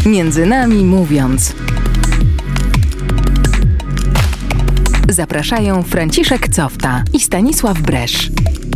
Między nami mówiąc. Zapraszają Franciszek Cofta i Stanisław Bresz.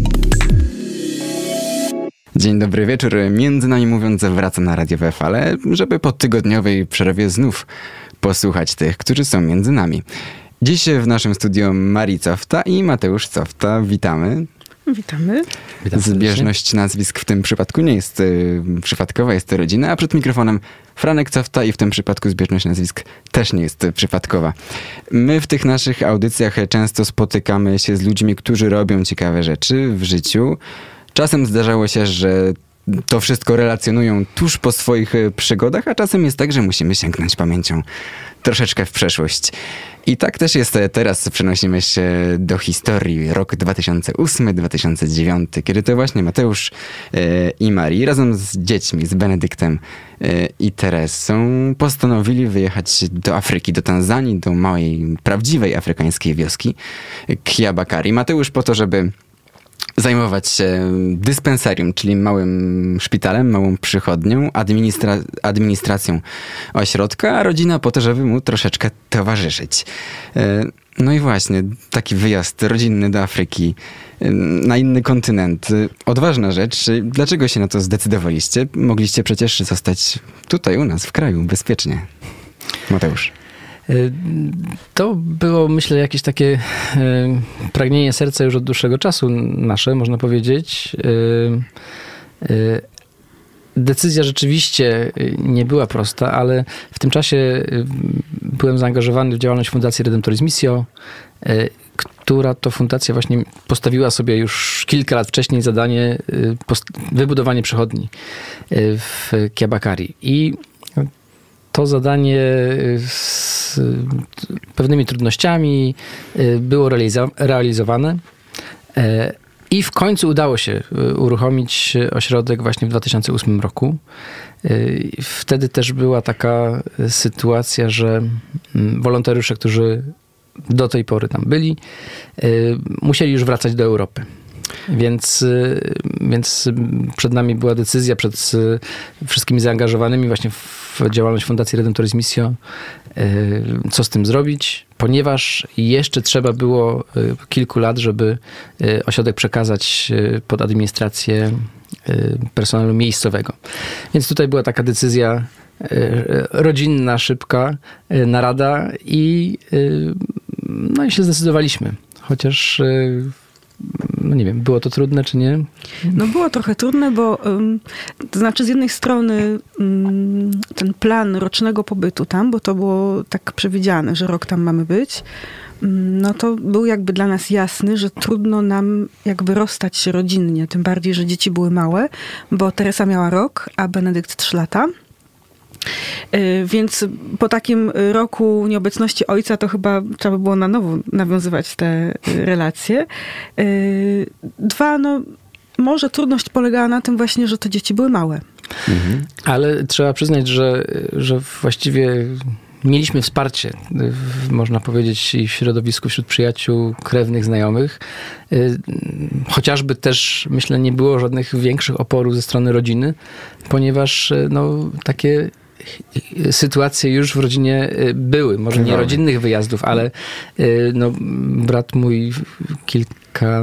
Dzień dobry wieczór. Między nami mówiąc wracam na radiowe fale, żeby po tygodniowej przerwie znów posłuchać tych, którzy są między nami. Dziś w naszym studiu Marii Cofta i Mateusz Cofta. Witamy. Witamy. Zbieżność nazwisk w tym przypadku nie jest przypadkowa, jest to rodzina, a przed mikrofonem Franek Cofta i w tym przypadku zbieżność nazwisk też nie jest przypadkowa. My w tych naszych audycjach często spotykamy się z ludźmi, którzy robią ciekawe rzeczy w życiu. Czasem zdarzało się, że to wszystko relacjonują tuż po swoich przygodach, a czasem jest tak, że musimy sięgnąć pamięcią troszeczkę w przeszłość. I tak też jest teraz. Przenosimy się do historii. Rok 2008-2009, kiedy to właśnie Mateusz i Marii razem z dziećmi, z Benedyktem i Teresą postanowili wyjechać do Afryki, do Tanzanii, do małej, prawdziwej afrykańskiej wioski Kiabakari. Mateusz po to, żeby zajmować się dyspensarium, czyli małym szpitalem, małą przychodnią, administracją ośrodka, a rodzina po to, żeby mu troszeczkę towarzyszyć. No i właśnie, taki wyjazd rodzinny do Afryki, na inny kontynent. Odważna rzecz. Dlaczego się na to zdecydowaliście? Mogliście przecież zostać tutaj u nas, w kraju, bezpiecznie. Mateusz. To było, myślę, jakieś takie pragnienie serca już od dłuższego czasu nasze, można powiedzieć. Decyzja rzeczywiście nie była prosta, ale w tym czasie byłem zaangażowany w działalność Fundacji Redemptoris Missio, która to fundacja właśnie postawiła sobie już kilka lat wcześniej zadanie wybudowanie przychodni w Kiabakari. I to zadanie z pewnymi trudnościami było realizowane i w końcu udało się uruchomić ośrodek właśnie w 2008 roku. Wtedy też była taka sytuacja, że wolontariusze, którzy do tej pory tam byli, musieli już wracać do Europy. Więc przed nami była decyzja, przed wszystkimi zaangażowanymi właśnie w działalność Fundacji Redemptoris Missio, co z tym zrobić, ponieważ jeszcze trzeba było kilku lat, żeby ośrodek przekazać pod administrację personelu miejscowego. Więc tutaj była taka decyzja rodzinna, szybka, narada i się zdecydowaliśmy. Chociaż no nie wiem, było to trudne, czy nie? No było trochę trudne, bo to znaczy z jednej strony ten plan rocznego pobytu tam, bo to było tak przewidziane, że rok tam mamy być, no to był jakby dla nas jasny, że trudno nam jakby rozstać się rodzinnie, tym bardziej, że dzieci były małe, bo Teresa miała rok, a Benedykt 3 lata. Więc po takim roku nieobecności ojca to chyba trzeba by było na nowo nawiązywać te relacje. Dwa, no może trudność polegała na tym właśnie, że te dzieci były małe. Mhm. Ale trzeba przyznać, że właściwie mieliśmy wsparcie, można powiedzieć, i w środowisku, wśród przyjaciół, krewnych, znajomych. Chociażby też, myślę, nie było żadnych większych oporów ze strony rodziny, ponieważ no, takie sytuacje już w rodzinie były. Może nie rodzinnych wyjazdów, ale no, brat mój kilka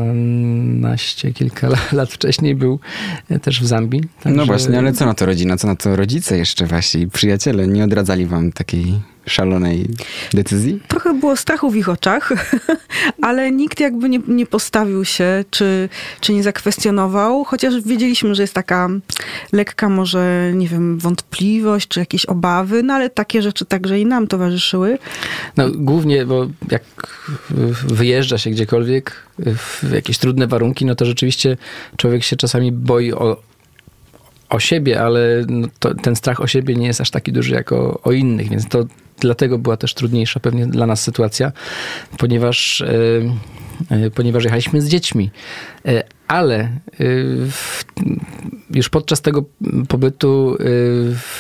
lat wcześniej był też w Zambii. Także... No właśnie, ale co na to rodzina, co na to rodzice jeszcze wasi przyjaciele? Nie odradzali wam takiej szalonej decyzji? Trochę było strachu w ich oczach, ale nikt jakby nie postawił się, czy nie zakwestionował, chociaż wiedzieliśmy, że jest taka lekka może, nie wiem, wątpliwość, czy jakieś obawy, no ale takie rzeczy także i nam towarzyszyły. No głównie, bo jak wyjeżdża się gdziekolwiek w jakieś trudne warunki, no to rzeczywiście człowiek się czasami boi o siebie, ale no ten strach o siebie nie jest aż taki duży jak o innych, więc to dlatego była też trudniejsza pewnie dla nas sytuacja, ponieważ jechaliśmy z dziećmi. Ale już podczas tego pobytu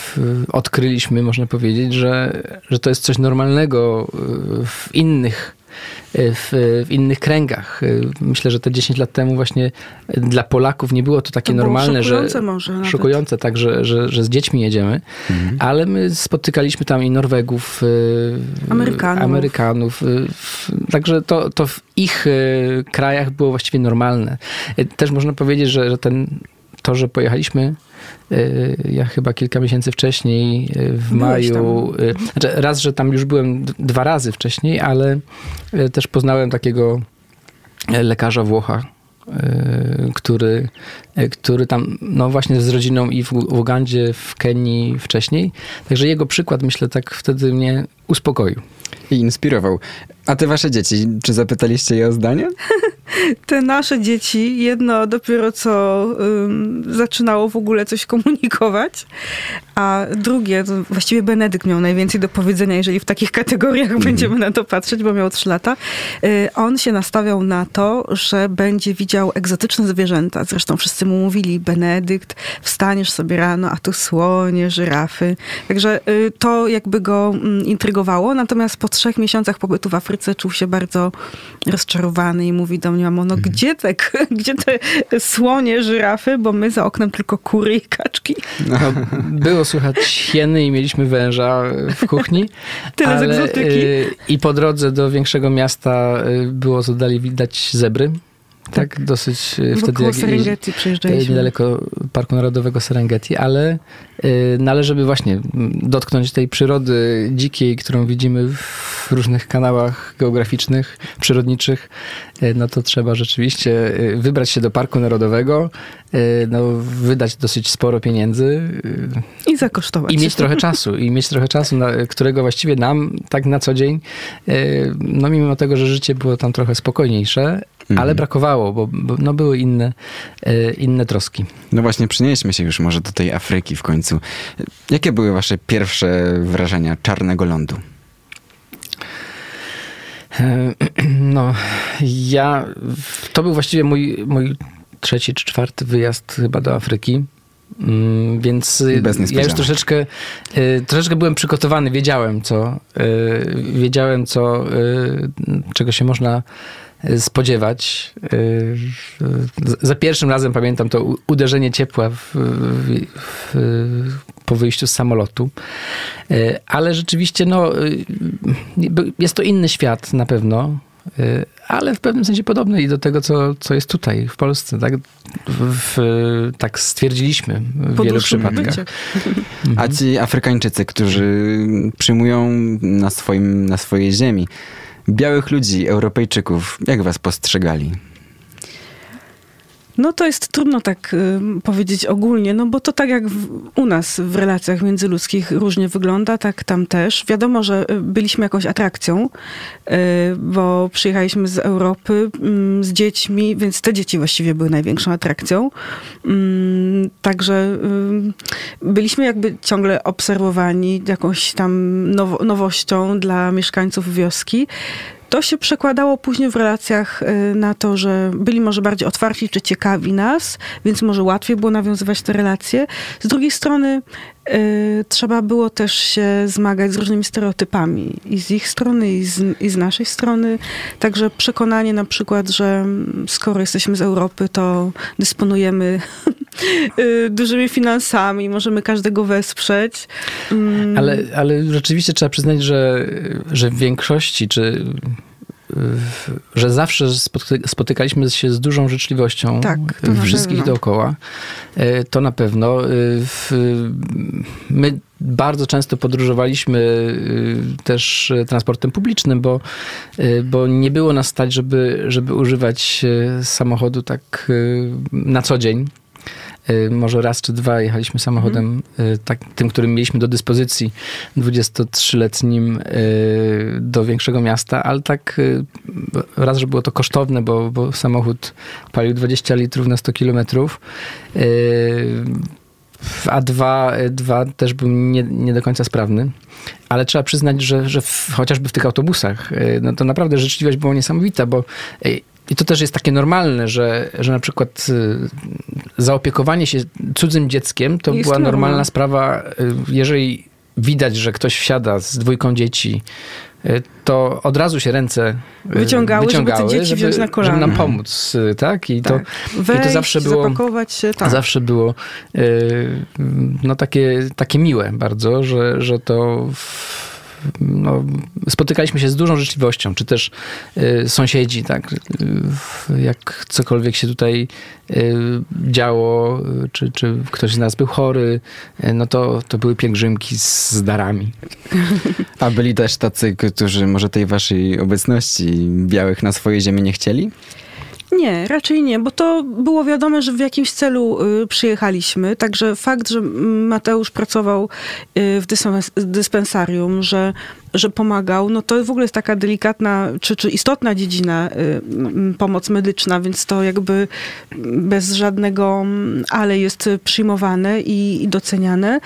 odkryliśmy, można powiedzieć, że to jest coś normalnego w innych w innych kręgach. Myślę, że te 10 lat temu właśnie dla Polaków nie było to takie to normalne, szokujące może nawet. Szokujące, tak, że z dziećmi jedziemy, ale my spotykaliśmy tam i Norwegów, Amerykanów. Także to w ich krajach było właściwie normalne. Też można powiedzieć, że że pojechaliśmy, ja chyba kilka miesięcy wcześniej, w maju, znaczy raz, że tam już byłem 2 razy wcześniej, ale też poznałem takiego lekarza Włocha, który tam no właśnie z rodziną i w Ugandzie, w Kenii wcześniej. Także jego przykład, myślę, tak wtedy mnie uspokoił. I inspirował. A te wasze dzieci, czy zapytaliście je o zdanie? Te nasze dzieci, jedno dopiero co zaczynało w ogóle coś komunikować, a drugie, to właściwie Benedykt miał najwięcej do powiedzenia, jeżeli w takich kategoriach będziemy na to patrzeć, bo miał 3 lata. On się nastawiał na to, że będzie widział egzotyczne zwierzęta. Zresztą wszyscy mu mówili, Benedykt, wstaniesz sobie rano, a tu słonie, żyrafy. Także to jakby go intrygowało. Natomiast po 3 miesiącach pobytu w Afryce czuł się bardzo rozczarowany i mówi do mnie, mamo, no gdzie te słonie, żyrafy, bo my za oknem tylko kury i kaczki. No, było słychać hieny i mieliśmy węża w kuchni. Tyle z egzotyki. I po drodze do większego miasta było z oddali widać zebry. Tak, dosyć wtedy jak Serengeti przyjeżdżaliśmy. Niedaleko Parku Narodowego Serengeti, ale żeby właśnie dotknąć tej przyrody dzikiej, którą widzimy w różnych kanałach geograficznych, przyrodniczych, no to trzeba rzeczywiście wybrać się do Parku Narodowego, no, wydać dosyć sporo pieniędzy. I zakosztować. I mieć trochę czasu, którego właściwie nam tak na co dzień, no mimo tego, że życie było tam trochę spokojniejsze, ale brakowało, bo no były inne troski. No właśnie, przenieśmy się już może do tej Afryki w końcu. Jakie były wasze pierwsze wrażenia czarnego lądu? No, to był właściwie mój 3. czy 4. wyjazd chyba do Afryki. Więc ja już troszeczkę byłem przygotowany, wiedziałem czego się można spodziewać. Za pierwszym razem pamiętam to uderzenie ciepła po wyjściu z samolotu. Ale rzeczywiście no, jest to inny świat na pewno, ale w pewnym sensie podobny i do tego, co jest tutaj w Polsce. Tak stwierdziliśmy w wielu przypadkach. A ci Afrykańczycy, którzy przyjmują na swojej ziemi białych ludzi, Europejczyków, jak was postrzegali? No to jest trudno tak powiedzieć ogólnie, no bo to tak jak u nas w relacjach międzyludzkich różnie wygląda, tak tam też. Wiadomo, że byliśmy jakąś atrakcją, bo przyjechaliśmy z Europy z dziećmi, więc te dzieci właściwie były największą atrakcją. Także byliśmy jakby ciągle obserwowani jakąś tam nowością dla mieszkańców wioski. To się przekładało później w relacjach na to, że byli może bardziej otwarci czy ciekawi nas, więc może łatwiej było nawiązywać te relacje. Z drugiej strony trzeba było też się zmagać z różnymi stereotypami i z ich strony, i z naszej strony. Także przekonanie na przykład, że skoro jesteśmy z Europy, to dysponujemy dużymi finansami, możemy każdego wesprzeć. Ale rzeczywiście trzeba przyznać, że w większości, że zawsze spotykaliśmy się z dużą życzliwością wszystkich dookoła. To na pewno. My bardzo często podróżowaliśmy też transportem publicznym, bo nie było nas stać, żeby używać samochodu tak na co dzień. Może raz czy 2 jechaliśmy samochodem tym, którym mieliśmy do dyspozycji 23-letnim do większego miasta, ale tak raz, że było to kosztowne, bo samochód palił 20 litrów na 100 kilometrów, a dwa też był nie do końca sprawny. Ale trzeba przyznać, że chociażby w tych autobusach, no to naprawdę życzliwość była niesamowita, bo i to też jest takie normalne, że na przykład zaopiekowanie się cudzym dzieckiem to była normalna sprawa, jeżeli widać, że ktoś wsiada z 2 dzieci to od razu się ręce wyciągały żeby te dzieci wziąć na kolana. Żeby nam pomóc, tak? I to zawsze było, zapakować się, tak. Zawsze było no takie miłe bardzo, że to spotykaliśmy się z dużą życzliwością, czy też sąsiedzi, tak, jak cokolwiek się tutaj działo, czy ktoś z nas był chory, no to były pielgrzymki z darami. A byli też tacy, którzy może tej waszej obecności białych na swojej ziemi nie chcieli? Nie, raczej nie, bo to było wiadome, że w jakimś celu przyjechaliśmy. Także fakt, że Mateusz pracował w dyspensarium, że pomagał, no to w ogóle jest taka delikatna czy istotna dziedzina, pomoc medyczna, więc to jakby bez żadnego ale jest przyjmowane i doceniane.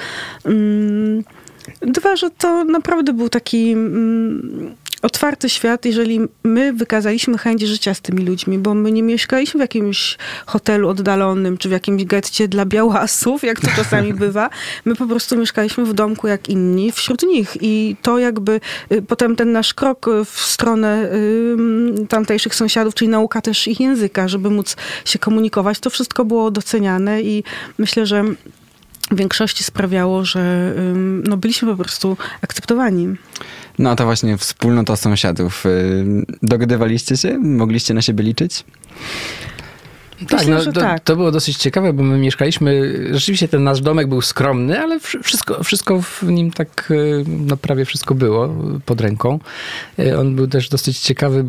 Dwa, że to naprawdę był taki otwarty świat, jeżeli my wykazaliśmy chęć życia z tymi ludźmi, bo my nie mieszkaliśmy w jakimś hotelu oddalonym, czy w jakimś getcie dla białasów, jak to czasami bywa. My po prostu mieszkaliśmy w domku jak inni, wśród nich. I to jakby potem ten nasz krok w stronę tamtejszych sąsiadów, czyli nauka też ich języka, żeby móc się komunikować, to wszystko było doceniane i myślę, że w większości sprawiało, że byliśmy po prostu akceptowani. No to właśnie wspólnota sąsiadów. Dogadywaliście się? Mogliście na siebie liczyć? Tak, Myślę, tak. To było dosyć ciekawe, bo my mieszkaliśmy, rzeczywiście ten nasz domek był skromny, ale wszystko w nim tak, prawie wszystko było pod ręką. On był też dosyć ciekawy,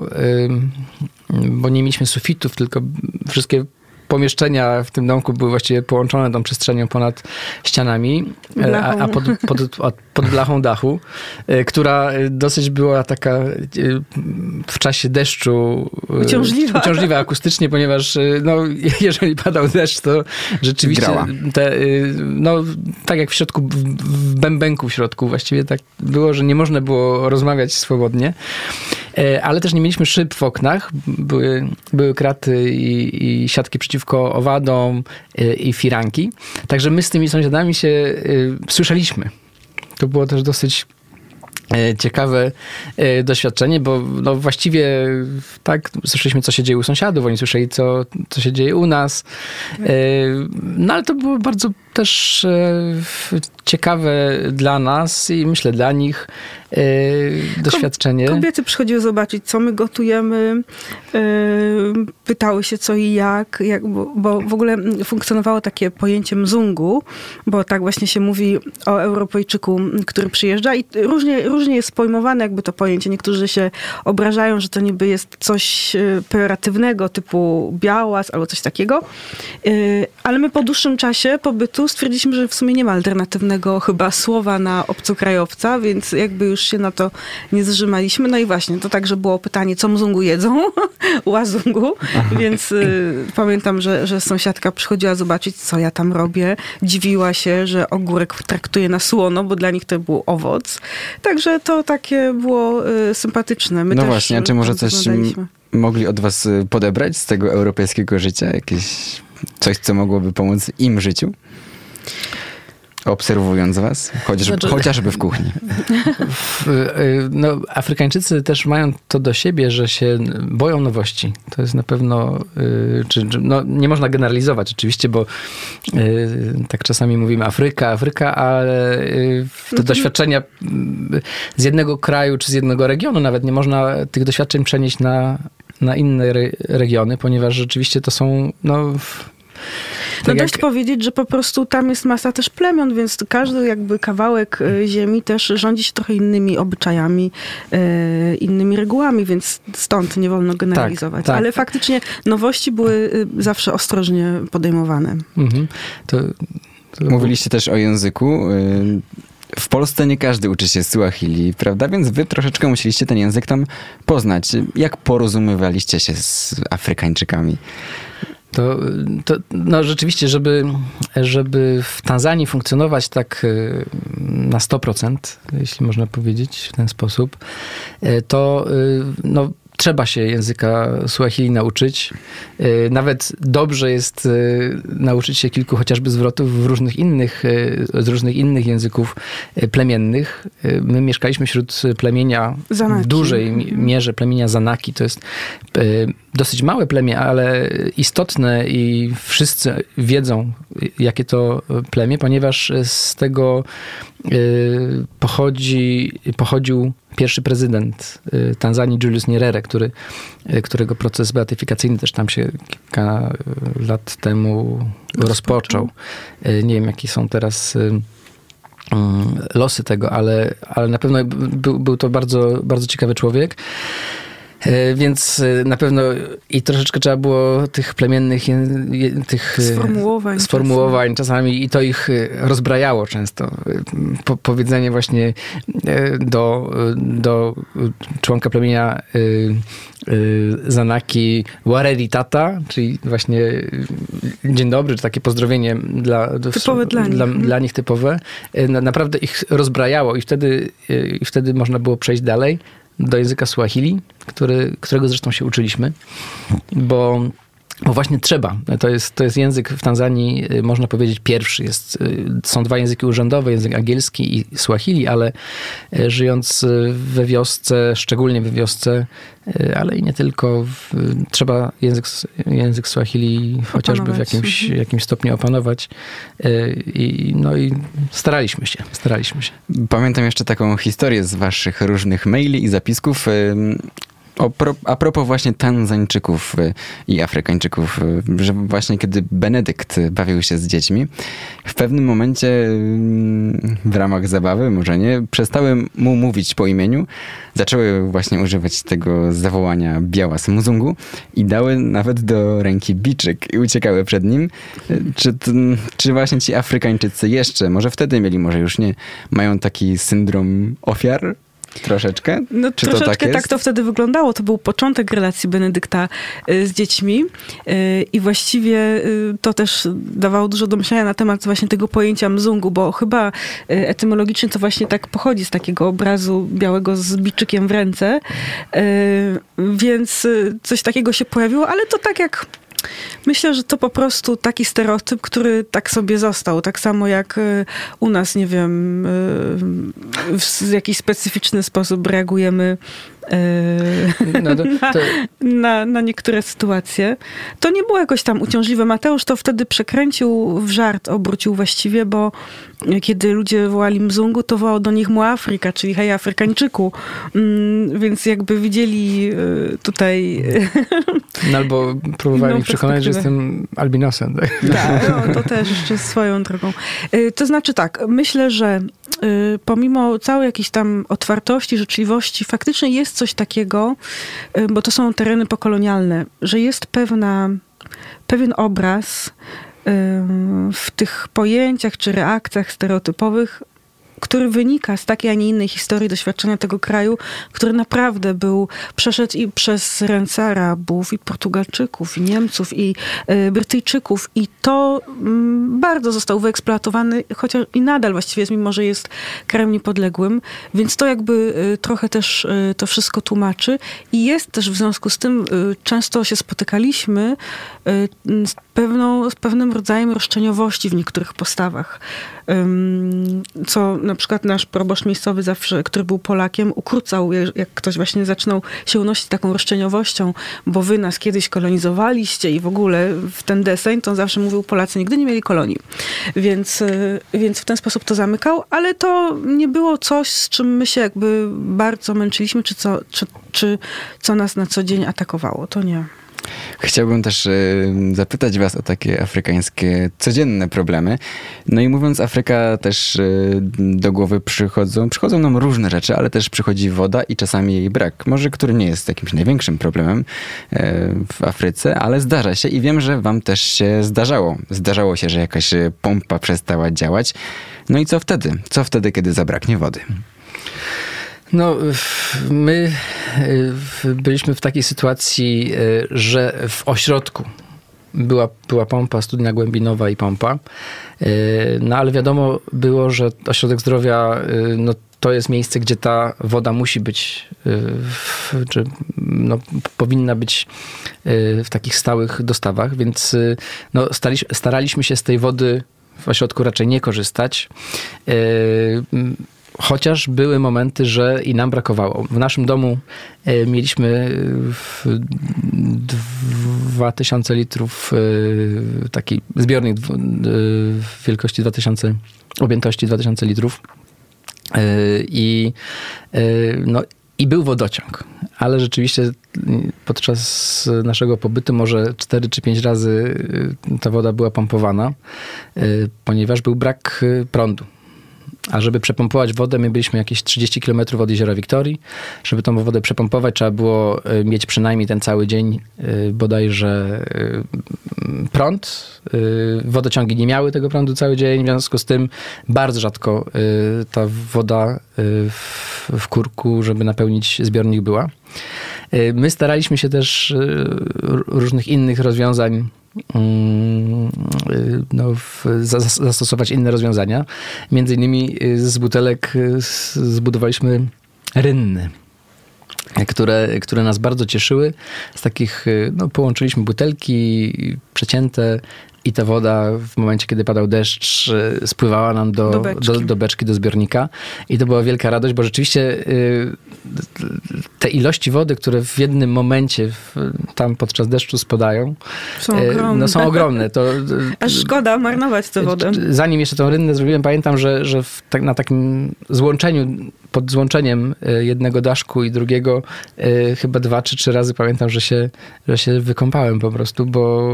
bo nie mieliśmy sufitów, tylko wszystkie pomieszczenia w tym domku były właściwie połączone tą przestrzenią ponad ścianami, a pod blachą dachu, która dosyć była taka w czasie deszczu uciążliwa akustycznie, ponieważ jeżeli padał deszcz, to rzeczywiście tak jak w środku, w bębenku w środku właściwie tak było, że nie można było rozmawiać swobodnie. Ale też nie mieliśmy szyb w oknach. Były kraty i siatki przeciwko owadom i firanki. Także my z tymi sąsiadami się słyszeliśmy. To było też dosyć ciekawe doświadczenie, bo właściwie tak słyszeliśmy, co się dzieje u sąsiadów, oni słyszeli, co się dzieje u nas. Ale to było bardzo też ciekawe dla nas i myślę dla nich doświadczenie. Kobiety przychodziły zobaczyć, co my gotujemy, pytały się co i jak bo w ogóle funkcjonowało takie pojęcie mzungu, bo tak właśnie się mówi o Europejczyku, który przyjeżdża i różnie jest pojmowane jakby to pojęcie. Niektórzy się obrażają, że to niby jest coś pejoratywnego, typu białas albo coś takiego, ale my po dłuższym czasie pobytu stwierdziliśmy, że w sumie nie ma alternatywnego chyba słowa na obcokrajowca, więc jakby już się na to nie zrzymaliśmy. No i właśnie, to także było pytanie, co mzungu jedzą? Łazungu. Więc pamiętam, że sąsiadka przychodziła zobaczyć, co ja tam robię. Dziwiła się, że ogórek traktuje na słono, bo dla nich to był owoc. Także to takie było sympatyczne. My no też właśnie, a czy może coś mogli od was podebrać z tego europejskiego życia? Jakieś coś, co mogłoby pomóc im w życiu? Obserwując was? Chociażby w kuchni. Afrykańczycy też mają to do siebie, że się boją nowości. To jest na pewno, nie można generalizować oczywiście, bo tak czasami mówimy Afryka, ale te doświadczenia z jednego kraju czy z jednego regionu nawet nie można tych doświadczeń przenieść na inne regiony, ponieważ rzeczywiście to są dość powiedzieć, że po prostu tam jest masa też plemion, więc każdy jakby kawałek ziemi też rządzi się trochę innymi obyczajami, innymi regułami, więc stąd nie wolno generalizować. Tak. Ale faktycznie nowości były zawsze ostrożnie podejmowane. Mhm. Mówiliście też o języku. W Polsce nie każdy uczy się Suahili, prawda? Więc wy troszeczkę musieliście ten język tam poznać. Jak porozumiewaliście się z Afrykańczykami? To rzeczywiście, żeby w Tanzanii funkcjonować tak na 100%, jeśli można powiedzieć w ten sposób, to trzeba się języka Suahili nauczyć. Nawet dobrze jest nauczyć się kilku chociażby zwrotów z różnych innych języków plemiennych. My mieszkaliśmy wśród plemienia Zanaki. W dużej mierze plemienia Zanaki. To jest dosyć małe plemię, ale istotne i wszyscy wiedzą, jakie to plemię, ponieważ z tego pochodził pierwszy prezydent Tanzanii, Julius Nyerere, którego proces beatyfikacyjny też tam się kilka lat temu rozpoczął. Nie wiem, jakie są teraz losy tego, ale na pewno był to bardzo, bardzo ciekawy człowiek. Więc na pewno i troszeczkę trzeba było tych plemiennych sformułowań czasami i to ich rozbrajało często. Powiedzenie właśnie do członka plemienia Zanaki Wareri Tata, czyli właśnie dzień dobry, czy takie pozdrowienie dla nich typowe. Naprawdę ich rozbrajało i wtedy można było przejść dalej do języka Suahili, którego zresztą się uczyliśmy, bo właśnie trzeba. To jest język w Tanzanii, można powiedzieć, pierwszy. Są dwa języki urzędowe, język angielski i Suahili, ale żyjąc we wiosce, szczególnie we wiosce, ale i nie tylko, trzeba język Suahili chociażby w jakimś stopniu opanować. I staraliśmy się. Pamiętam jeszcze taką historię z waszych różnych maili i zapisków. A propos właśnie Tanzańczyków i Afrykańczyków, że właśnie kiedy Benedykt bawił się z dziećmi, w pewnym momencie w ramach zabawy, może nie, przestały mu mówić po imieniu, zaczęły właśnie używać tego zawołania Białas Muzungu i dały nawet do ręki biczyk i uciekały przed nim. Czy właśnie ci Afrykańczycy jeszcze, może wtedy mieli, może już nie, mają taki syndrom ofiar? Troszeczkę? No czy troszeczkę to tak to wtedy wyglądało. To był początek relacji Benedykta z dziećmi i właściwie to też dawało dużo do myślenia na temat właśnie tego pojęcia mzungu, bo chyba etymologicznie to właśnie tak pochodzi z takiego obrazu białego z biczykiem w ręce. Więc coś takiego się pojawiło, ale to tak jak... Myślę, że to po prostu taki stereotyp, który tak sobie został. Tak samo jak u nas, nie wiem, w jakiś specyficzny sposób reagujemy na niektóre sytuacje. To nie było jakoś tam uciążliwe. Mateusz to wtedy przekręcił w żart, obrócił właściwie, bo kiedy ludzie wołali mzungu, to wołał do nich mu Afryka, czyli hej Afrykańczyku. Więc jakby widzieli tutaj... No albo próbowałem ich przekonać, że jestem albinosem. Tak, to też jeszcze swoją drogą. To znaczy tak, myślę, że pomimo całej jakiejś tam otwartości, życzliwości, faktycznie jest coś takiego, bo to są tereny pokolonialne, że jest pewien obraz w tych pojęciach czy reakcjach stereotypowych, który wynika z takiej, a nie innej historii doświadczenia tego kraju, który naprawdę przeszedł i przez ręce Arabów, i Portugalczyków, i Niemców, i Brytyjczyków. I to bardzo został wyeksploatowany, chociaż i nadal właściwie jest, mimo że jest krajem niepodległym. Więc to jakby trochę też to wszystko tłumaczy. I jest też w związku z tym, często się spotykaliśmy z pewnym rodzajem roszczeniowości w niektórych postawach. Co na przykład nasz proboszcz miejscowy zawsze, który był Polakiem, ukrócał, jak ktoś właśnie zaczynał się unosić taką roszczeniowością, bo wy nas kiedyś kolonizowaliście i w ogóle w ten deseń, to on zawsze mówił, Polacy nigdy nie mieli kolonii. Więc w ten sposób to zamykał, ale to nie było coś, z czym my się jakby bardzo męczyliśmy, czy co nas na co dzień atakowało. To nie. Chciałbym też zapytać was o takie afrykańskie codzienne problemy. No i mówiąc Afryka, też do głowy przychodzą nam różne rzeczy, ale też przychodzi woda i czasami jej brak. Może który nie jest jakimś największym problemem w Afryce, ale zdarza się i wiem, że wam też się zdarzało. Zdarzało się, że jakaś pompa przestała działać. No i co wtedy? Co wtedy, kiedy zabraknie wody? No, my byliśmy w takiej sytuacji, że w ośrodku była pompa, studnia głębinowa i pompa. No ale wiadomo było, że ośrodek zdrowia no, to jest miejsce, gdzie ta woda musi być, czy no, powinna być w takich stałych dostawach, więc no, staraliśmy się z tej wody w ośrodku raczej nie korzystać. Chociaż były momenty, że i nam brakowało. W naszym domu mieliśmy 2000 litrów, taki zbiornik wielkości 2000, objętości 2000 litrów. I był wodociąg, ale rzeczywiście podczas naszego pobytu może 4 czy 5 razy ta woda była pompowana, ponieważ był brak prądu. A żeby przepompować wodę, my byliśmy jakieś 30 km od Jeziora Wiktorii. Żeby tą wodę przepompować, trzeba było mieć przynajmniej ten cały dzień bodajże prąd. Wodociągi nie miały tego prądu cały dzień, w związku z tym bardzo rzadko ta woda w kurku, żeby napełnić zbiornik, była. My staraliśmy się też różnych innych rozwiązań zastosować inne rozwiązania. Między innymi z butelek zbudowaliśmy rynny, które nas bardzo cieszyły. Z takich połączyliśmy butelki przecięte i ta woda w momencie, kiedy padał deszcz, spływała nam do beczki, do zbiornika. I to była wielka radość, bo rzeczywiście te ilości wody, które w jednym momencie tam podczas deszczu spadają, są ogromne. Aż szkoda marnować tę wodę. Zanim jeszcze tą rynnę zrobiłem, pamiętam, że na takim złączeniu, pod złączeniem jednego daszku i drugiego chyba 2 czy 3 razy pamiętam, że się wykąpałem po prostu, bo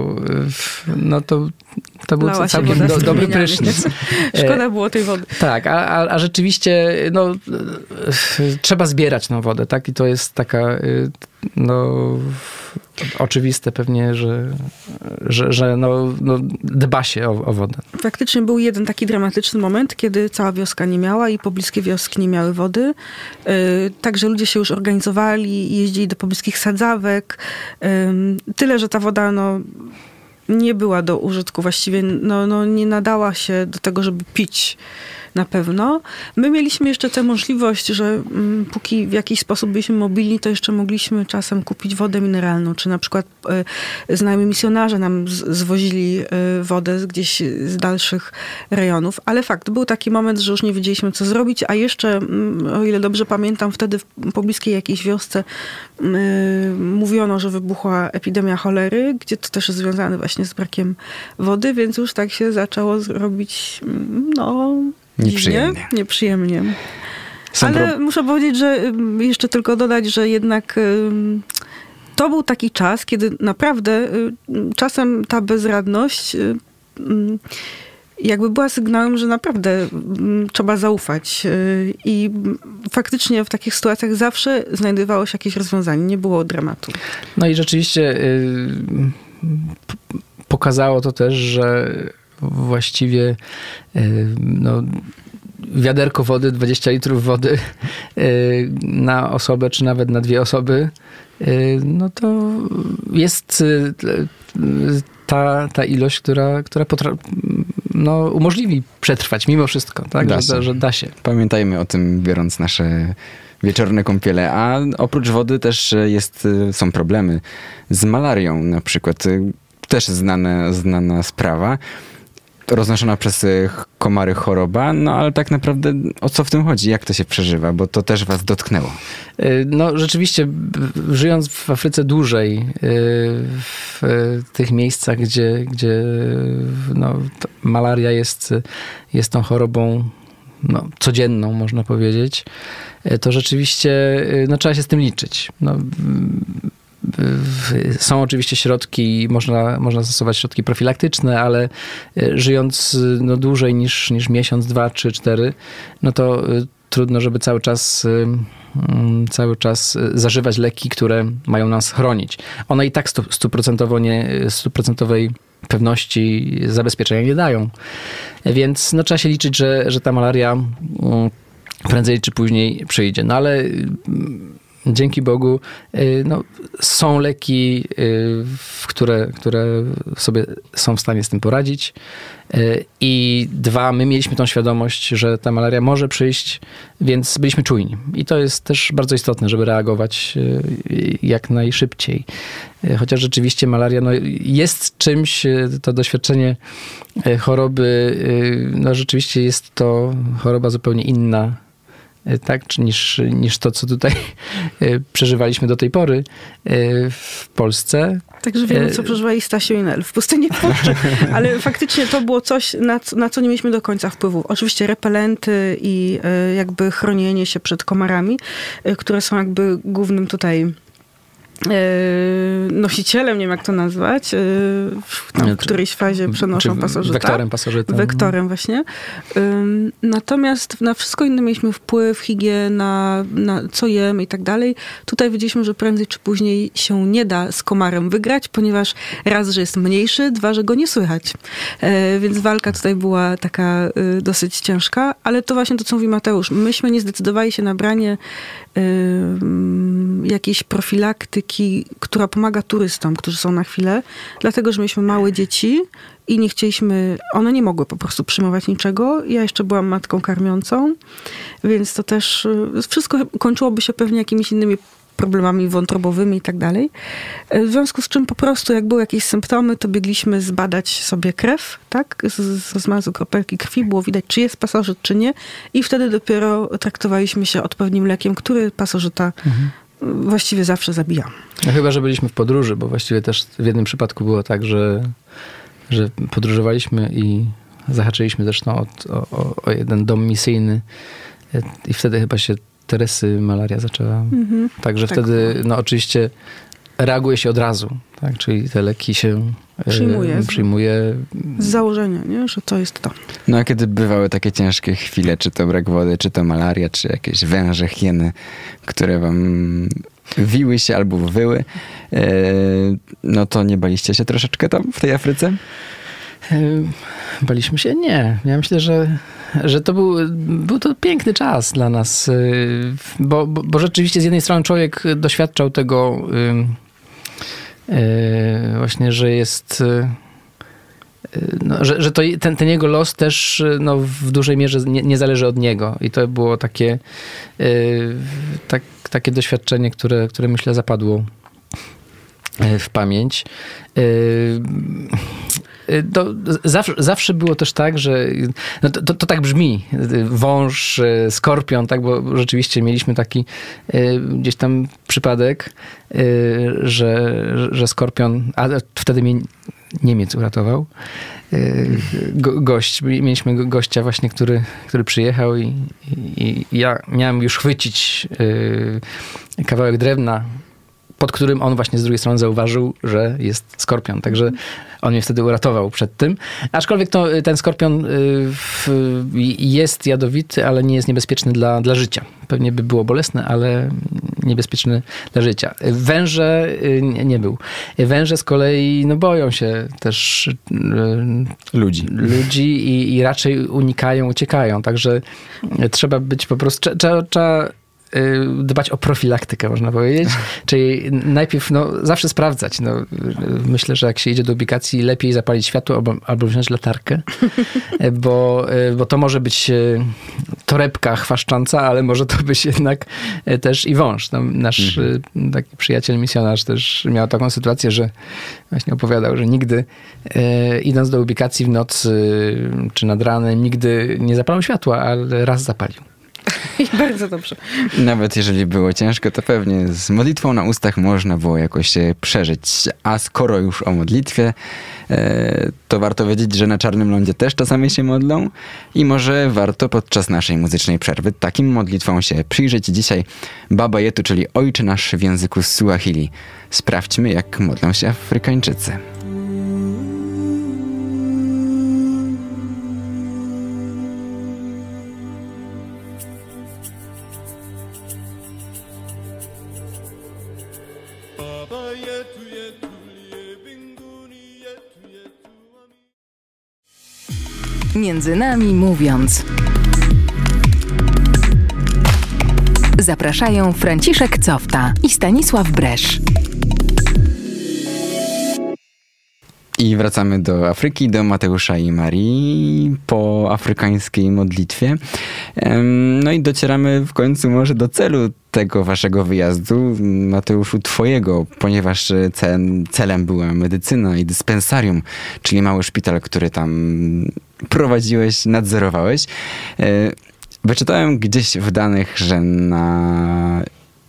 to był całkiem dobry prysznic. Szkoda było tej wody. Tak, a rzeczywiście trzeba zbierać tą wodę, tak? I to jest taka oczywiste pewnie, że dba się o wodę. Faktycznie był jeden taki dramatyczny moment, kiedy cała wioska nie miała i pobliskie wioski nie miały wody. Także ludzie się już organizowali, jeździli do pobliskich sadzawek. Tyle, że ta woda nie była do użytku właściwie, nie nadała się do tego, żeby pić na pewno. My mieliśmy jeszcze tę możliwość, że póki w jakiś sposób byliśmy mobilni, to jeszcze mogliśmy czasem kupić wodę mineralną, czy na przykład znajomi misjonarze nam zwozili wodę gdzieś z dalszych rejonów, ale fakt, był taki moment, że już nie wiedzieliśmy, co zrobić, a jeszcze, o ile dobrze pamiętam, wtedy w pobliskiej jakiejś wiosce mówiono, że wybuchła epidemia cholery, gdzie to też jest związane właśnie z brakiem wody, więc już tak się zaczęło zrobić, Nieprzyjemnie. Ale muszę powiedzieć, że jeszcze tylko dodać, że jednak to był taki czas, kiedy naprawdę czasem ta bezradność jakby była sygnałem, że naprawdę trzeba zaufać. I faktycznie w takich sytuacjach zawsze znajdowało się jakieś rozwiązanie. Nie było dramatu. No i rzeczywiście pokazało to też, że właściwie wiaderko wody, 20 litrów wody na osobę, czy nawet na 2 osoby, to jest ta ilość, która umożliwi przetrwać mimo wszystko, tak? Że da się. Pamiętajmy o tym, biorąc nasze wieczorne kąpiele. A oprócz wody też są problemy z malarią na przykład. Też znana sprawa. Roznoszona przez komary choroba, ale tak naprawdę o co w tym chodzi? Jak to się przeżywa? Bo to też was dotknęło. Rzeczywiście, żyjąc w Afryce dłużej, w tych miejscach, gdzie malaria jest tą chorobą codzienną, można powiedzieć, to rzeczywiście trzeba się z tym liczyć. Są oczywiście środki, można stosować środki profilaktyczne, ale żyjąc dłużej niż miesiąc, 2, 3, 4, to trudno, żeby cały czas zażywać leki, które mają nas chronić. One i tak stuprocentowej pewności zabezpieczenia nie dają. Więc trzeba się liczyć, że ta malaria prędzej czy później przyjdzie. Ale dzięki Bogu no, są leki, które sobie są w stanie z tym poradzić. I 2, my mieliśmy tą świadomość, że ta malaria może przyjść, więc byliśmy czujni. I to jest też bardzo istotne, żeby reagować jak najszybciej. Chociaż rzeczywiście malaria no, jest czymś, to doświadczenie choroby, no rzeczywiście jest to choroba zupełnie inna, tak, niż to, co tutaj przeżywaliśmy do tej pory w Polsce. Także wiemy, co przeżywali Stasio i Nel w pustyni Puszczy. Ale faktycznie to było coś, na co nie mieliśmy do końca wpływu. Oczywiście repelenty i jakby chronienie się przed komarami, które są jakby głównym tutaj nosicielem, nie wiem jak to nazwać, w którejś fazie przenoszą pasożyta. Wektorem pasożyta. Wektorem właśnie. Natomiast na wszystko inne mieliśmy wpływ, higiena, na co jemy i tak dalej. Tutaj wiedzieliśmy, że prędzej czy później się nie da z komarem wygrać, ponieważ raz, że jest mniejszy, 2, że go nie słychać. Więc walka tutaj była taka dosyć ciężka, ale to właśnie to, co mówi Mateusz. Myśmy nie zdecydowali się na branie jakiejś profilaktyki, która pomaga turystom, którzy są na chwilę, dlatego, że mieliśmy małe dzieci i nie chcieliśmy, one nie mogły po prostu przyjmować niczego. Ja jeszcze byłam matką karmiącą, więc to też wszystko kończyłoby się pewnie jakimiś innymi problemami wątrobowymi i tak dalej. W związku z czym po prostu jak były jakieś symptomy, to biegliśmy zbadać sobie krew, tak? Z rozmazu kropelki krwi było widać, czy jest pasożyt, czy nie. I wtedy dopiero traktowaliśmy się odpowiednim lekiem, który pasożyta właściwie zawsze zabija. No chyba, że byliśmy w podróży, bo właściwie też w jednym przypadku było tak, że podróżowaliśmy i zahaczyliśmy zresztą o jeden dom misyjny i wtedy chyba się Teresy malaria zaczęła. Także tak. Wtedy no oczywiście reaguje się od razu, tak? Czyli te leki się przyjmuje. Z założenia, nie? Że to jest to. No a kiedy bywały takie ciężkie chwile, czy to brak wody, czy to malaria, czy jakieś węże, hieny, które wam wiły się albo wyły, no to nie baliście się troszeczkę tam w tej Afryce? Baliśmy się? Nie. Ja myślę, że to był to piękny czas dla nas, bo rzeczywiście z jednej strony człowiek doświadczał tego właśnie, że jest, no, że to, ten jego los też no, w dużej mierze nie zależy od niego. I to było takie doświadczenie, które myślę zapadło w pamięć. Zawsze było też tak, że no to tak brzmi, wąż, skorpion, tak, bo rzeczywiście mieliśmy taki gdzieś tam przypadek, że skorpion, a wtedy mnie Niemiec uratował, gość, mieliśmy gościa właśnie, który przyjechał i ja miałem już chwycić kawałek drewna, pod którym on właśnie z drugiej strony zauważył, że jest skorpion. Także on mnie wtedy uratował przed tym. Aczkolwiek ten skorpion jest jadowity, ale nie jest niebezpieczny dla życia. Pewnie by było bolesne, ale niebezpieczny dla życia. Węże nie był. Węże z kolei no, boją się też ludzi i raczej unikają, uciekają. Także trzeba być po prostu... Trzeba dbać o profilaktykę, można powiedzieć. Czyli najpierw zawsze sprawdzać. Myślę, że jak się idzie do ubikacji, lepiej zapalić światło albo wziąć latarkę, bo to może być torebka chwaszcząca, ale może to być jednak też i wąż. Nasz taki przyjaciel misjonarz też miał taką sytuację, że właśnie opowiadał, że nigdy idąc do ubikacji w nocy czy nad ranem, nigdy nie zapalał światła, ale raz zapalił. I bardzo dobrze. Nawet jeżeli było ciężko, to pewnie z modlitwą na ustach można było jakoś przeżyć. A skoro już o modlitwie, to warto wiedzieć, że na Czarnym Lądzie też czasami się modlą i może warto podczas naszej muzycznej przerwy takim modlitwom się przyjrzeć. Dzisiaj Baba Yetu, czyli Ojcze Nasz w języku Suahili. Sprawdźmy, jak modlą się Afrykańczycy. Między nami mówiąc. Zapraszają Franciszek Cofta i Stanisław Bresz. I wracamy do Afryki, do Mateusza i Marii po afrykańskiej modlitwie. No i docieramy w końcu może do celu tego waszego wyjazdu, Mateuszu, twojego, ponieważ celem była medycyna i dyspensarium, czyli mały szpital, który tam prowadziłeś, nadzorowałeś. Wyczytałem gdzieś w danych, że na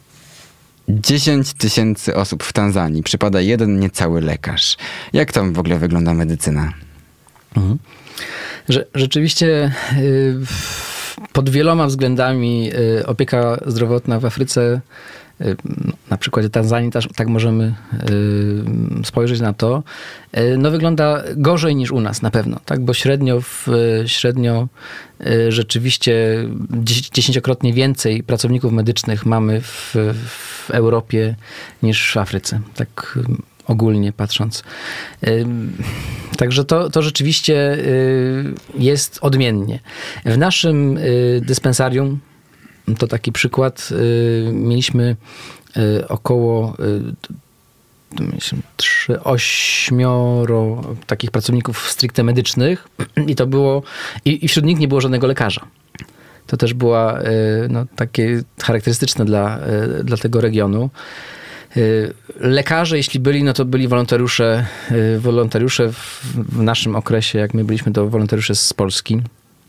10 000 osób w Tanzanii przypada jeden niecały lekarz. Jak tam w ogóle wygląda medycyna? Rzeczywiście pod wieloma względami opieka zdrowotna w Afryce, na przykładzie Tanzanii tak możemy spojrzeć na to, no wygląda gorzej niż u nas na pewno, tak? Bo średnio rzeczywiście 10-krotnie więcej pracowników medycznych mamy w Europie niż w Afryce, tak ogólnie patrząc. Także to rzeczywiście jest odmiennie. W naszym dyspensarium, to taki przykład, mieliśmy około 8 takich pracowników stricte medycznych i to było, i wśród nich nie było żadnego lekarza. To też była takie charakterystyczne dla tego regionu. Lekarze, jeśli byli, no to byli wolontariusze w naszym okresie, jak my byliśmy, to wolontariusze z Polski.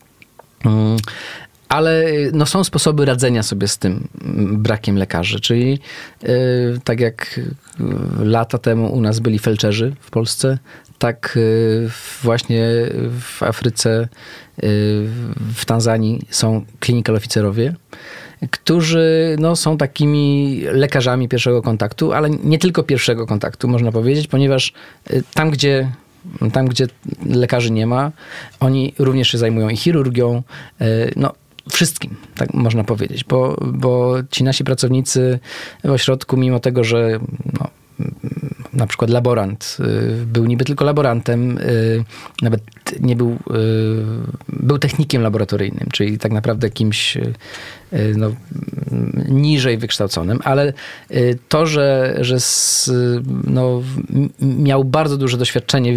Ale no, są sposoby radzenia sobie z tym brakiem lekarzy, czyli tak jak lata temu u nas byli felczerzy w Polsce, tak właśnie w Afryce, w Tanzanii są clinical officerowie, którzy no, są takimi lekarzami pierwszego kontaktu, ale nie tylko pierwszego kontaktu, można powiedzieć, ponieważ tam, gdzie lekarzy nie ma, oni również się zajmują i chirurgią, no wszystkim, tak można powiedzieć, bo ci nasi pracownicy w ośrodku, mimo tego, że no, na przykład laborant był niby tylko laborantem, nawet nie był technikiem laboratoryjnym, czyli tak naprawdę kimś no, niżej wykształconym, ale to, że no, miał bardzo duże doświadczenie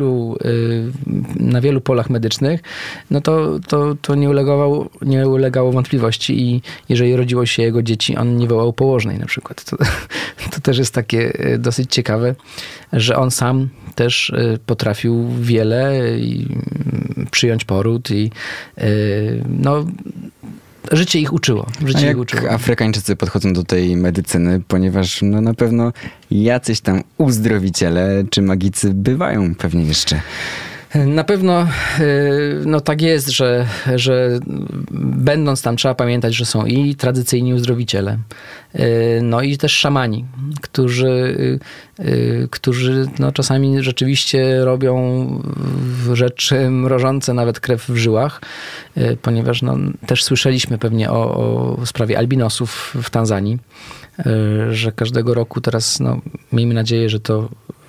na wielu polach medycznych, no to nie ulegało wątpliwości i jeżeli rodziło się jego dzieci, on nie wołał położnej na przykład. To też jest takie dosyć ciekawe, że on sam też potrafił wiele i przyjąć poród i no życie ich uczyło. Jak Afrykańczycy podchodzą do tej medycyny, ponieważ no na pewno jacyś tam uzdrowiciele czy magicy bywają pewnie jeszcze. Na pewno no tak jest, że będąc tam trzeba pamiętać, że są i tradycyjni uzdrowiciele, no i też szamani, którzy no czasami rzeczywiście robią rzeczy mrożące nawet krew w żyłach, ponieważ no też słyszeliśmy pewnie o sprawie albinosów w Tanzanii, że każdego roku teraz, no miejmy nadzieję, że to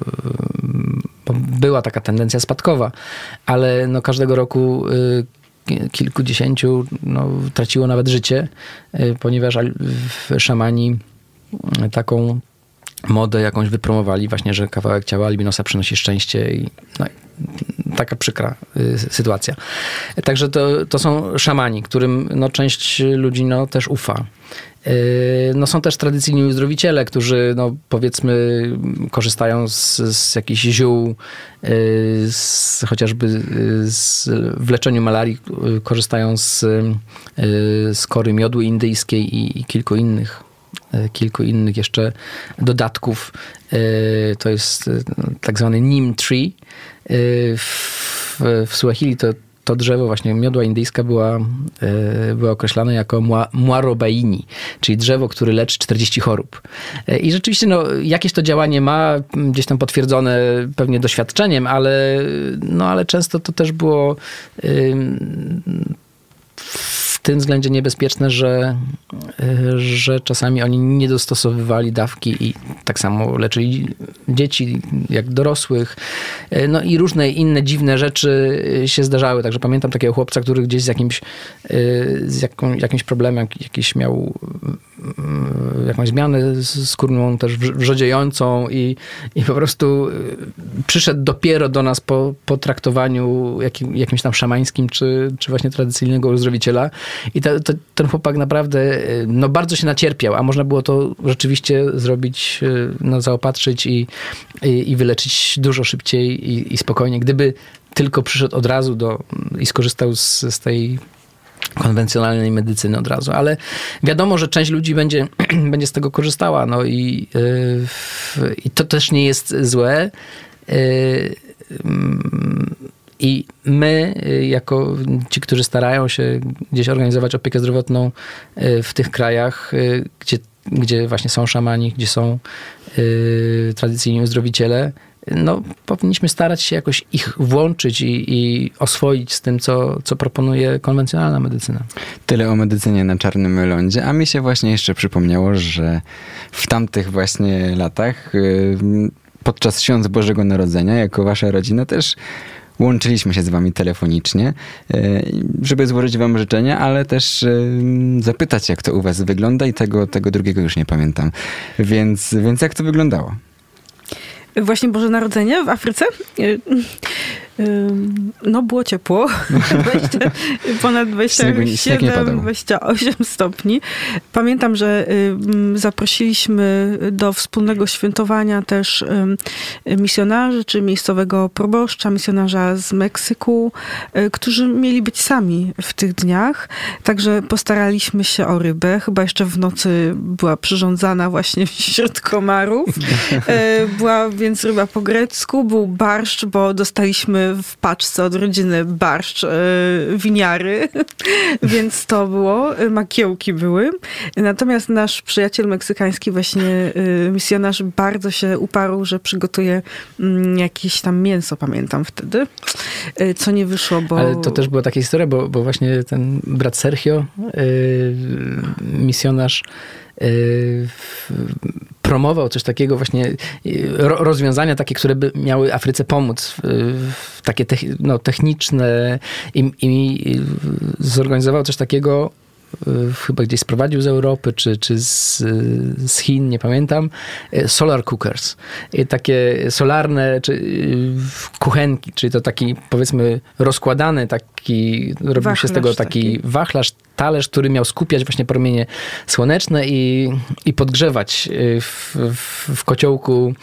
była taka tendencja spadkowa, ale no każdego roku kilkudziesięciu no, traciło nawet życie, ponieważ szamani taką modę jakąś wypromowali właśnie, że kawałek ciała albinosa przynosi szczęście i no, taka przykra sytuacja. Także to są szamani, którym no, część ludzi no, też ufa. No, są też tradycyjni uzdrowiciele, którzy no, powiedzmy korzystają z jakichś ziół, chociażby w leczeniu malarii korzystają z kory miodu indyjskiej i kilku innych jeszcze dodatków. To jest tak zwany neem tree. W Suahili to drzewo, właśnie miodła indyjska była określana jako mwarobaini, czyli drzewo, które leczy 40 chorób. I rzeczywiście no, jakieś to działanie ma, gdzieś tam potwierdzone pewnie doświadczeniem, ale często to też było w tym względzie niebezpieczne, że czasami oni nie dostosowywali dawki i tak samo leczyli dzieci jak dorosłych. No i różne inne dziwne rzeczy się zdarzały. Także pamiętam takiego chłopca, który gdzieś z jakimś problemem, jakiś miał jakąś zmianę skórną też wrzodziejącą i po prostu przyszedł dopiero do nas po traktowaniu jakimś tam szamańskim, czy właśnie tradycyjnego uzdrowiciela. I ten chłopak naprawdę no, bardzo się nacierpiał, a można było to rzeczywiście zrobić, no, zaopatrzyć i wyleczyć dużo szybciej i spokojnie. Gdyby tylko przyszedł od razu i skorzystał z tej konwencjonalnej medycyny od razu. Ale wiadomo, że część ludzi będzie z tego korzystała. No i to też nie jest złe. I my, jako ci, którzy starają się gdzieś organizować opiekę zdrowotną w tych krajach, gdzie właśnie są szamani, gdzie są tradycyjni uzdrowiciele, no, powinniśmy starać się jakoś ich włączyć i oswoić z tym, co proponuje konwencjonalna medycyna. Tyle o medycynie na czarnym lądzie, a mi się właśnie jeszcze przypomniało, że w tamtych właśnie latach, podczas Świąt Bożego Narodzenia, jako wasza rodzina też łączyliśmy się z wami telefonicznie, żeby złożyć wam życzenia, ale też zapytać, jak to u was wygląda i tego drugiego już nie pamiętam. Więc jak to wyglądało? Właśnie Boże Narodzenie w Afryce? No było ciepło. Ponad 27-28 stopni. Pamiętam, że zaprosiliśmy do wspólnego świętowania też misjonarzy, czy miejscowego proboszcza, misjonarza z Meksyku, którzy mieli być sami w tych dniach. Także postaraliśmy się o rybę. Chyba jeszcze w nocy była przyrządzana właśnie wśród komarów. Była więc ryba po grecku, był barszcz, bo dostaliśmy w paczce od rodziny barszcz winiary, więc to było. Makiełki były. Natomiast nasz przyjaciel meksykański, właśnie misjonarz, bardzo się uparł, że przygotuje jakieś tam mięso, pamiętam wtedy, co nie wyszło, bo... Ale to też była taka historia, bo właśnie ten brat Sergio, misjonarz, promował coś takiego właśnie, rozwiązania takie, które by miały Afryce pomóc, takie techniczne i zorganizował coś takiego, chyba gdzieś sprowadził z Europy, czy z Chin, nie pamiętam, solar cookers. I takie solarne kuchenki, czyli to taki, powiedzmy, rozkładany taki, robił się z tego taki wachlarz, talerz, który miał skupiać właśnie promienie słoneczne i podgrzewać w kociołku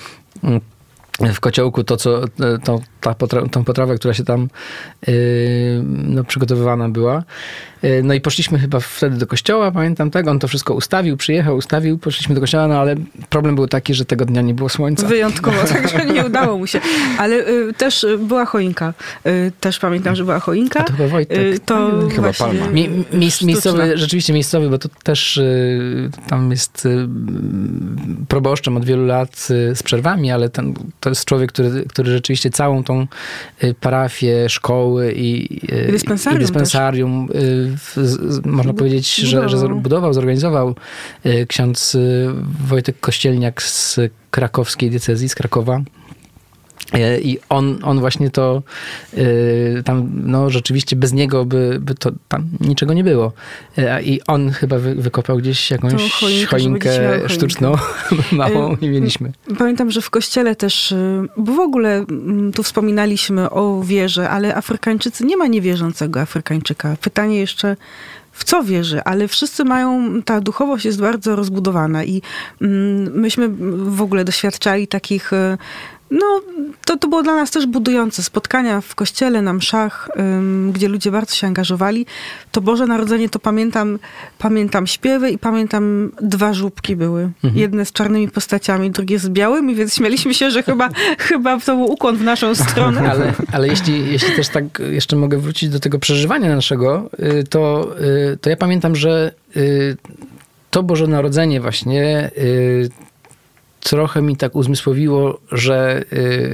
tą potrawę, która się tam przygotowywana była. No i poszliśmy chyba wtedy do kościoła, pamiętam tego, on to wszystko ustawił, poszliśmy do kościoła, no ale problem był taki, że tego dnia nie było słońca. Wyjątkowo, także nie udało mu się. Ale też była choinka. Też pamiętam, że była choinka. A to chyba Wojtek. Chyba Palma. Rzeczywiście miejscowy, bo to też tam jest proboszczem od wielu lat z przerwami, ale to jest człowiek, który rzeczywiście całą tą parafię, szkoły i dyspensarium można powiedzieć, że zorganizował ksiądz Wojtek Kościelniak z krakowskiej diecezji, z Krakowa. I on właśnie to tam, no rzeczywiście bez niego by to tam niczego nie było. I on chyba wykopał gdzieś jakąś choinkę sztuczną, małą i mieliśmy. Pamiętam, że w kościele też, bo w ogóle tu wspominaliśmy o wierze, ale Afrykańczycy, nie ma niewierzącego Afrykańczyka. Pytanie jeszcze, w co wierzy, ale wszyscy mają, ta duchowość jest bardzo rozbudowana i myśmy w ogóle doświadczali takich, no, to było dla nas też budujące. Spotkania w kościele, na mszach, gdzie ludzie bardzo się angażowali. To Boże Narodzenie, to pamiętam śpiewy i pamiętam 2 żubki były. Jedne z czarnymi postaciami, drugie z białymi, więc śmieliśmy się, że chyba to był ukłon w naszą stronę. Ale jeśli też tak jeszcze mogę wrócić do tego przeżywania naszego, to ja pamiętam, że to Boże Narodzenie właśnie trochę mi tak uzmysłowiło, że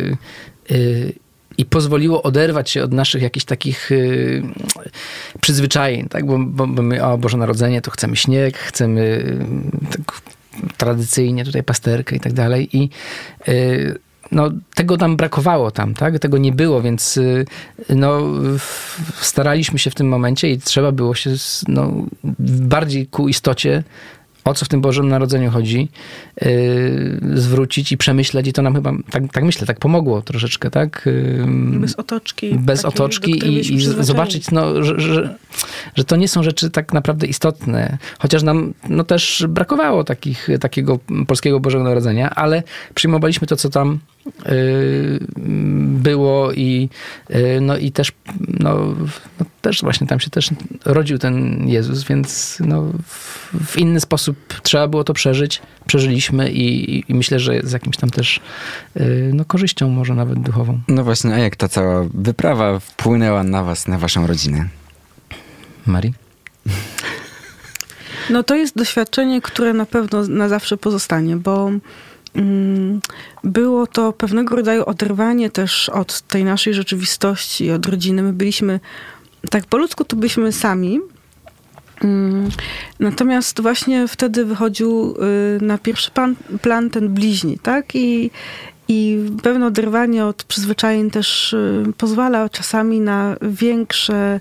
i pozwoliło oderwać się od naszych jakichś takich przyzwyczajeń, tak? Bo my, Boże Narodzenie, to chcemy śnieg, chcemy tak tradycyjnie tutaj pasterkę i tak dalej. I no, tego nam brakowało tam, tak? Tego nie było, więc no, staraliśmy się w tym momencie i trzeba było się bardziej ku istocie o co w tym Bożym Narodzeniu chodzi, zwrócić i przemyśleć i to nam chyba, tak myślę, tak pomogło troszeczkę, tak? Bez otoczki. Bez otoczki i zobaczyć, że to nie są rzeczy tak naprawdę istotne. Chociaż nam też brakowało takiego polskiego Bożego Narodzenia, ale przyjmowaliśmy to, co tam było i też właśnie tam się też rodził ten Jezus, więc w inny sposób trzeba było to przeżyć. Przeżyliśmy i myślę, że z jakimś tam też korzyścią może nawet duchową. No właśnie, a jak ta cała wyprawa wpłynęła na was, na waszą rodzinę? Marii? No to jest doświadczenie, które na pewno na zawsze pozostanie, bo było to pewnego rodzaju oderwanie też od tej naszej rzeczywistości, od rodziny. My byliśmy, tak po ludzku to byliśmy sami. Natomiast właśnie wtedy wychodził na pierwszy plan ten bliźni, tak? I pewne oderwanie od przyzwyczajeń też pozwala czasami na większe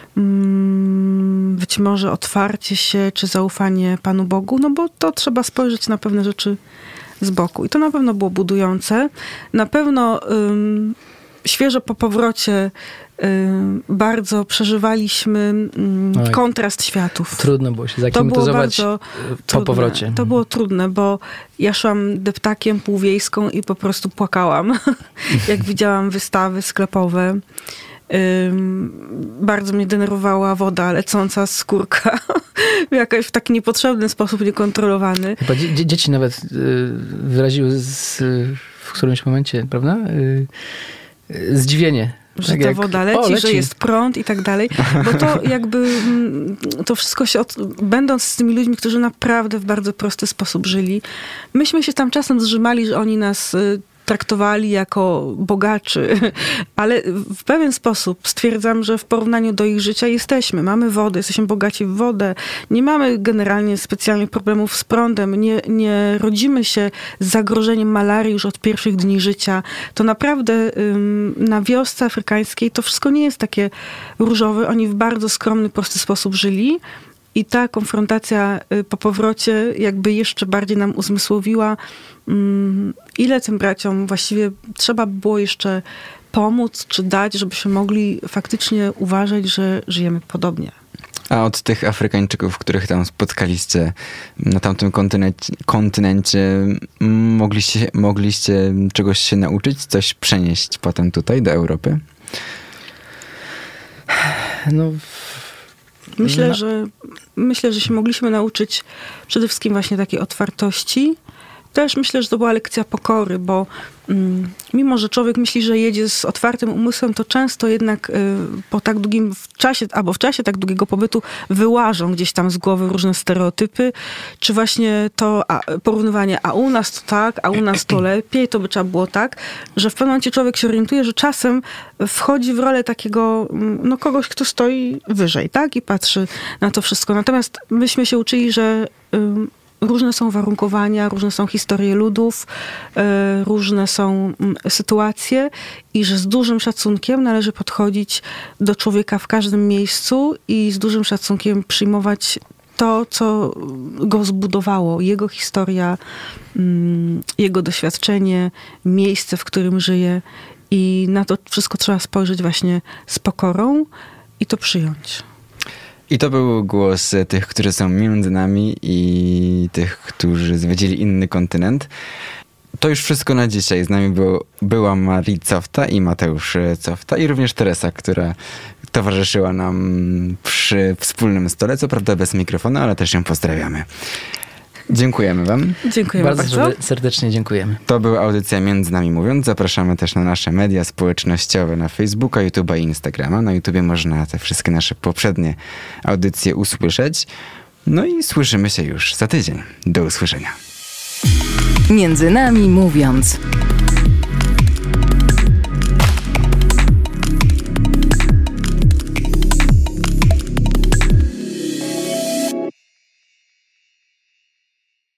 być może otwarcie się, czy zaufanie Panu Bogu, no bo to trzeba spojrzeć na pewne rzeczy z boku. I to na pewno było budujące. Na pewno świeżo po powrocie bardzo przeżywaliśmy kontrast światów. Trudno było się zaklimatyzować po powrocie. To było trudne, bo ja szłam deptakiem półwiejską i po prostu płakałam, jak widziałam wystawy sklepowe. Bardzo mnie denerwowała woda lecąca z skórka. Jakoś w taki niepotrzebny sposób, niekontrolowany. Chyba dzieci nawet wyraziły w którymś momencie, prawda? Zdziwienie. Że tak ta woda leci, że jest prąd i tak dalej. Bo to jakby to wszystko się, będąc z tymi ludźmi, którzy naprawdę w bardzo prosty sposób żyli, myśmy się tam czasem zrzymali, że oni nas traktowali jako bogaczy, ale w pewien sposób stwierdzam, że w porównaniu do ich życia mamy wodę, jesteśmy bogaci w wodę, nie mamy generalnie specjalnych problemów z prądem, nie rodzimy się z zagrożeniem malarii już od pierwszych dni życia. To naprawdę na wiosce afrykańskiej to wszystko nie jest takie różowe. Oni w bardzo skromny, prosty sposób żyli. I ta konfrontacja po powrocie jakby jeszcze bardziej nam uzmysłowiła, ile tym braciom właściwie trzeba było jeszcze pomóc czy dać, żebyśmy mogli faktycznie uważać, że żyjemy podobnie. A od tych Afrykańczyków, których tam spotkaliście na tamtym kontynencie, mogliście czegoś się nauczyć, coś przenieść potem tutaj do Europy? Myślę, że się mogliśmy nauczyć przede wszystkim właśnie takiej otwartości. Też myślę, że to była lekcja pokory, bo mimo, że człowiek myśli, że jedzie z otwartym umysłem, to często jednak po tak długim czasie, albo w czasie tak długiego pobytu wyłażą gdzieś tam z głowy różne stereotypy, czy właśnie to porównywanie, a u nas to tak, a u nas to lepiej, to by trzeba było tak, że w pewnym momencie człowiek się orientuje, że czasem wchodzi w rolę takiego, kogoś, kto stoi wyżej, tak? I patrzy na to wszystko. Natomiast myśmy się uczyli, że różne są warunkowania, różne są historie ludów, różne są sytuacje i że z dużym szacunkiem należy podchodzić do człowieka w każdym miejscu i z dużym szacunkiem przyjmować to, co go zbudowało, jego historia, jego doświadczenie, miejsce, w którym żyje i na to wszystko trzeba spojrzeć właśnie z pokorą i to przyjąć. I to był głos tych, którzy są między nami i tych, którzy zwiedzili inny kontynent. To już wszystko na dzisiaj. Z nami była Marii Cofta i Mateusz Cofta i również Teresa, która towarzyszyła nam przy wspólnym stole. Co prawda bez mikrofonu, ale też ją pozdrawiamy. Dziękujemy wam. Dziękujemy bardzo. Serdecznie dziękujemy. To była audycja Między Nami Mówiąc. Zapraszamy też na nasze media społecznościowe, na Facebooka, YouTube'a i Instagrama. Na YouTubie można te wszystkie nasze poprzednie audycje usłyszeć. No i słyszymy się już za tydzień. Do usłyszenia. Między Nami Mówiąc.